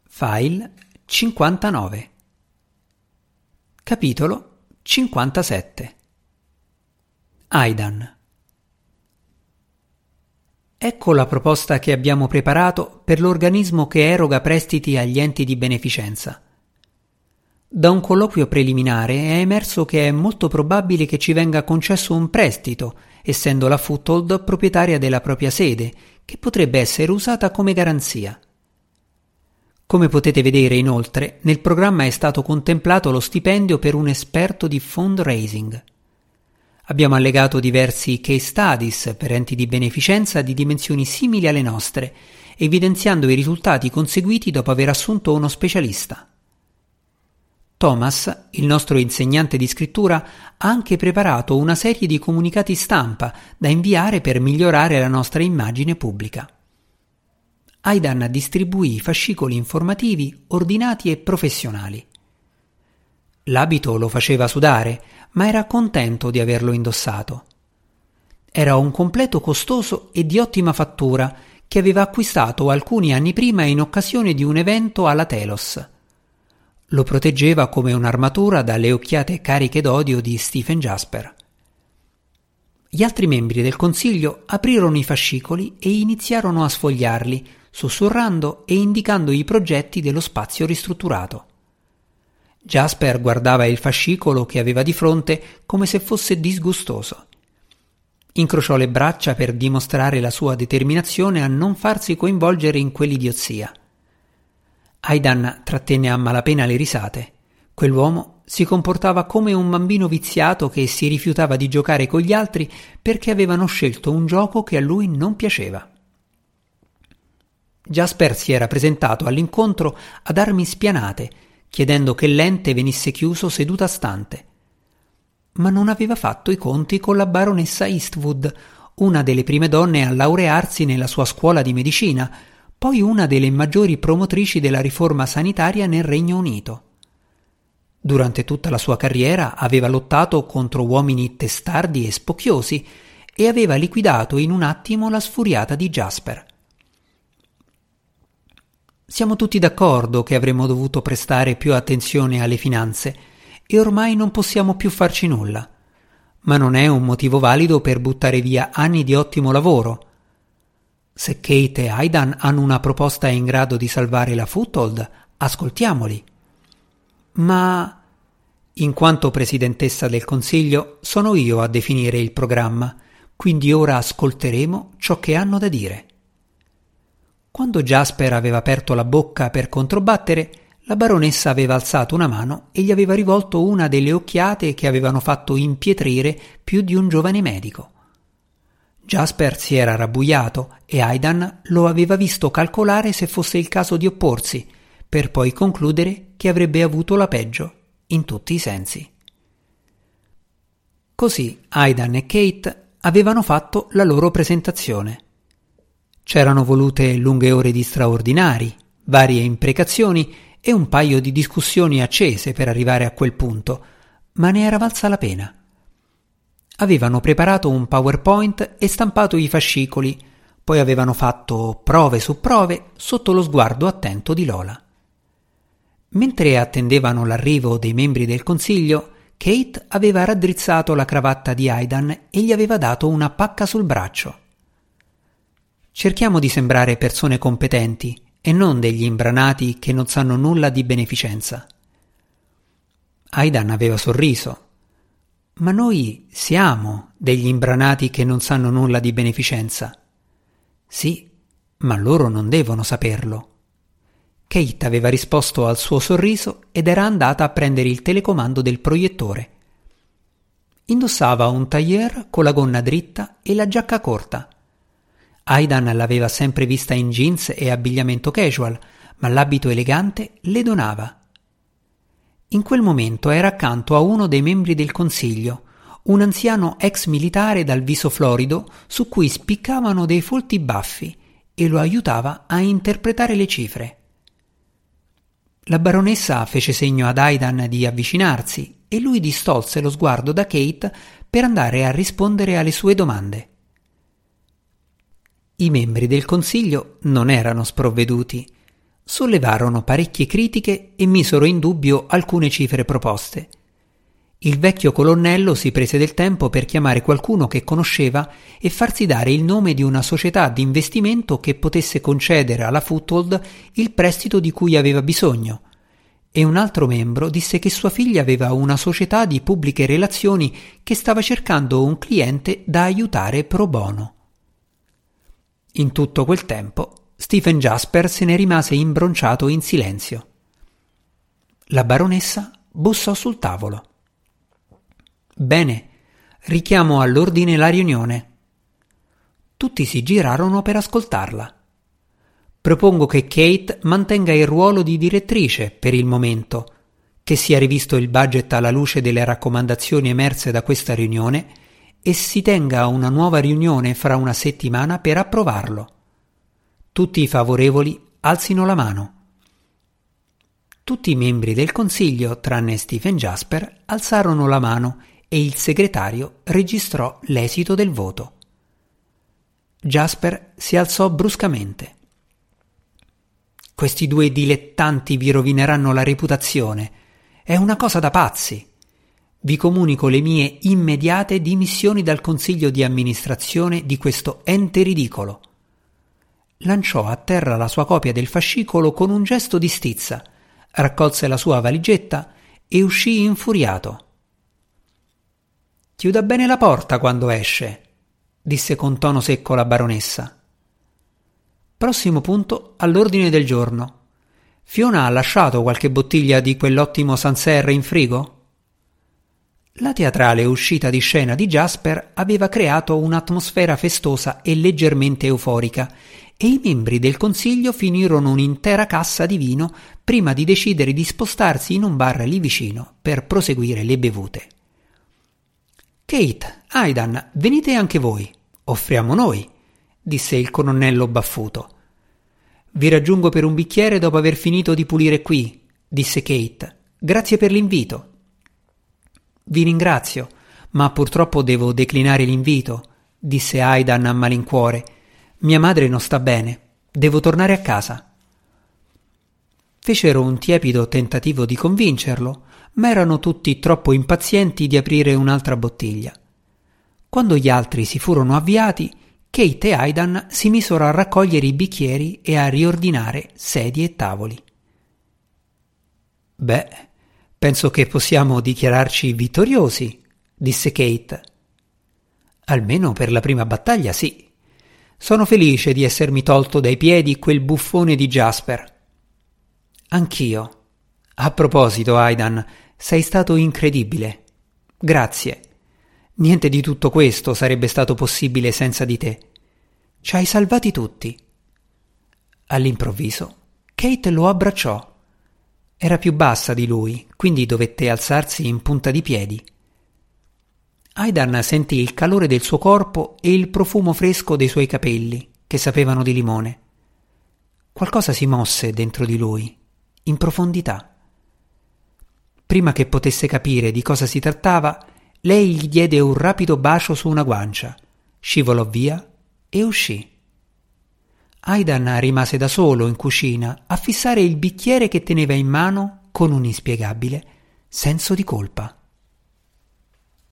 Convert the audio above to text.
File 59. Capitolo 57. Aidan. Ecco la proposta che abbiamo preparato per l'organismo che eroga prestiti agli enti di beneficenza. Da un colloquio preliminare è emerso che è molto probabile che ci venga concesso un prestito, essendo la Foothold proprietaria della propria sede, che potrebbe essere usata come garanzia. Come potete vedere, inoltre, nel programma è stato contemplato lo stipendio per un esperto di fundraising. Abbiamo allegato diversi case studies per enti di beneficenza di dimensioni simili alle nostre, evidenziando i risultati conseguiti dopo aver assunto uno specialista. Thomas, il nostro insegnante di scrittura, ha anche preparato una serie di comunicati stampa da inviare per migliorare la nostra immagine pubblica. Aidan distribuì fascicoli informativi ordinati e professionali. L'abito lo faceva sudare, ma era contento di averlo indossato. Era un completo costoso e di ottima fattura che aveva acquistato alcuni anni prima in occasione di un evento alla Telos. Lo proteggeva come un'armatura dalle occhiate cariche d'odio di Stephen Jasper. Gli altri membri del consiglio aprirono i fascicoli e iniziarono a sfogliarli, sussurrando e indicando i progetti dello spazio ristrutturato. Jasper guardava il fascicolo che aveva di fronte come se fosse disgustoso. Incrociò le braccia per dimostrare la sua determinazione a non farsi coinvolgere in quell'idiozia. Aidan trattenne a malapena le risate. Quell'uomo si comportava come un bambino viziato che si rifiutava di giocare con gli altri perché avevano scelto un gioco che a lui non piaceva. Jasper si era presentato all'incontro ad armi spianate, chiedendo che l'ente venisse chiuso seduta stante. Ma non aveva fatto i conti con la baronessa Eastwood, una delle prime donne a laurearsi nella sua scuola di medicina, poi una delle maggiori promotrici della riforma sanitaria nel Regno Unito. Durante tutta la sua carriera aveva lottato contro uomini testardi e spocchiosi e aveva liquidato in un attimo la sfuriata di Jasper. Siamo tutti d'accordo che avremmo dovuto prestare più attenzione alle finanze e ormai non possiamo più farci nulla, ma non è un motivo valido per buttare via anni di ottimo lavoro. Se Kate e Aidan hanno una proposta in grado di salvare la Foothold, ascoltiamoli. Ma, in quanto presidentessa del Consiglio, sono io a definire il programma, quindi ora ascolteremo ciò che hanno da dire. Quando Jasper aveva aperto la bocca per controbattere, la baronessa aveva alzato una mano e gli aveva rivolto una delle occhiate che avevano fatto impietrire più di un giovane medico. Jasper si era rabbuiato e Aidan lo aveva visto calcolare se fosse il caso di opporsi, per poi concludere che avrebbe avuto la peggio, in tutti i sensi. Così Aidan e Kate avevano fatto la loro presentazione. C'erano volute lunghe ore di straordinari, varie imprecazioni e un paio di discussioni accese per arrivare a quel punto, ma ne era valsa la pena. Avevano preparato un PowerPoint e stampato i fascicoli, poi avevano fatto prove su prove sotto lo sguardo attento di Lola. Mentre attendevano l'arrivo dei membri del consiglio, Kate aveva raddrizzato la cravatta di Aidan e gli aveva dato una pacca sul braccio. Cerchiamo di sembrare persone competenti e non degli imbranati che non sanno nulla di beneficenza. Aidan aveva sorriso. Ma noi siamo degli imbranati che non sanno nulla di beneficenza. Sì, ma loro non devono saperlo. Kate aveva risposto al suo sorriso ed era andata a prendere il telecomando del proiettore. Indossava un tailleur con la gonna dritta e la giacca corta. Aidan l'aveva sempre vista in jeans e abbigliamento casual, ma l'abito elegante le donava. In quel momento era accanto a uno dei membri del consiglio, un anziano ex militare dal viso florido su cui spiccavano dei folti baffi e lo aiutava a interpretare le cifre. La baronessa fece segno ad Aidan di avvicinarsi e lui distolse lo sguardo da Kate per andare a rispondere alle sue domande. I membri del consiglio non erano sprovveduti. sollevarono parecchie critiche e misero in dubbio alcune cifre proposte. Il vecchio colonnello si prese del tempo per chiamare qualcuno che conosceva e farsi dare il nome di una società di investimento che potesse concedere alla Foothold il prestito di cui aveva bisogno, e un altro membro disse che sua figlia aveva una società di pubbliche relazioni che stava cercando un cliente da aiutare pro bono. In tutto quel tempo Stephen Jasper se ne rimase imbronciato in silenzio. La baronessa bussò sul tavolo. «Bene, richiamo all'ordine la riunione». Tutti si girarono per ascoltarla. «Propongo che Kate mantenga il ruolo di direttrice per il momento, che sia rivisto il budget alla luce delle raccomandazioni emerse da questa riunione e si tenga una nuova riunione fra una settimana per approvarlo. Tutti i favorevoli alzino la mano». Tutti i membri del consiglio, tranne Stephen Jasper, alzarono la mano e il segretario registrò l'esito del voto. Jasper si alzò bruscamente. «Questi due dilettanti vi rovineranno la reputazione. È una cosa da pazzi. Vi comunico le mie immediate dimissioni dal consiglio di amministrazione di questo ente ridicolo». Lanciò a terra la sua copia del fascicolo con un gesto di stizza, raccolse la sua valigetta e uscì infuriato. «Chiuda bene la porta quando esce», disse con tono secco la baronessa. Prossimo punto all'ordine del giorno. Fiona ha lasciato qualche bottiglia di quell'ottimo Sancerre in frigo? La teatrale uscita di scena di Jasper aveva creato un'atmosfera festosa e leggermente euforica, e i membri del consiglio finirono un'intera cassa di vino prima di decidere di spostarsi in un bar lì vicino per proseguire le bevute. «Kate, Aidan, venite anche voi. Offriamo noi», disse il colonnello baffuto. «Vi raggiungo per un bicchiere dopo aver finito di pulire qui», disse Kate. «Grazie per l'invito». «Vi ringrazio, ma purtroppo devo declinare l'invito», disse Aidan a malincuore. «Mia madre non sta bene. Devo tornare a casa». Fecero un tiepido tentativo di convincerlo, ma erano tutti troppo impazienti di aprire un'altra bottiglia. Quando gli altri si furono avviati, Kate e Aidan si misero a raccogliere i bicchieri e a riordinare sedie e tavoli. «Beh, penso che possiamo dichiararci vittoriosi», disse Kate. «Almeno per la prima battaglia sì. Sono felice di essermi tolto dai piedi quel buffone di Jasper». «Anch'io. A proposito, Aidan, sei stato incredibile. Grazie. Niente di tutto questo sarebbe stato possibile senza di te. Ci hai salvati tutti». All'improvviso, Kate lo abbracciò. Era più bassa di lui, quindi dovette alzarsi in punta di piedi. Aidan sentì il calore del suo corpo e il profumo fresco dei suoi capelli, che sapevano di limone. Qualcosa si mosse dentro di lui, in profondità. Prima che potesse capire di cosa si trattava, lei gli diede un rapido bacio su una guancia, scivolò via e uscì. Aidan rimase da solo in cucina a fissare il bicchiere che teneva in mano con un inspiegabile senso di colpa.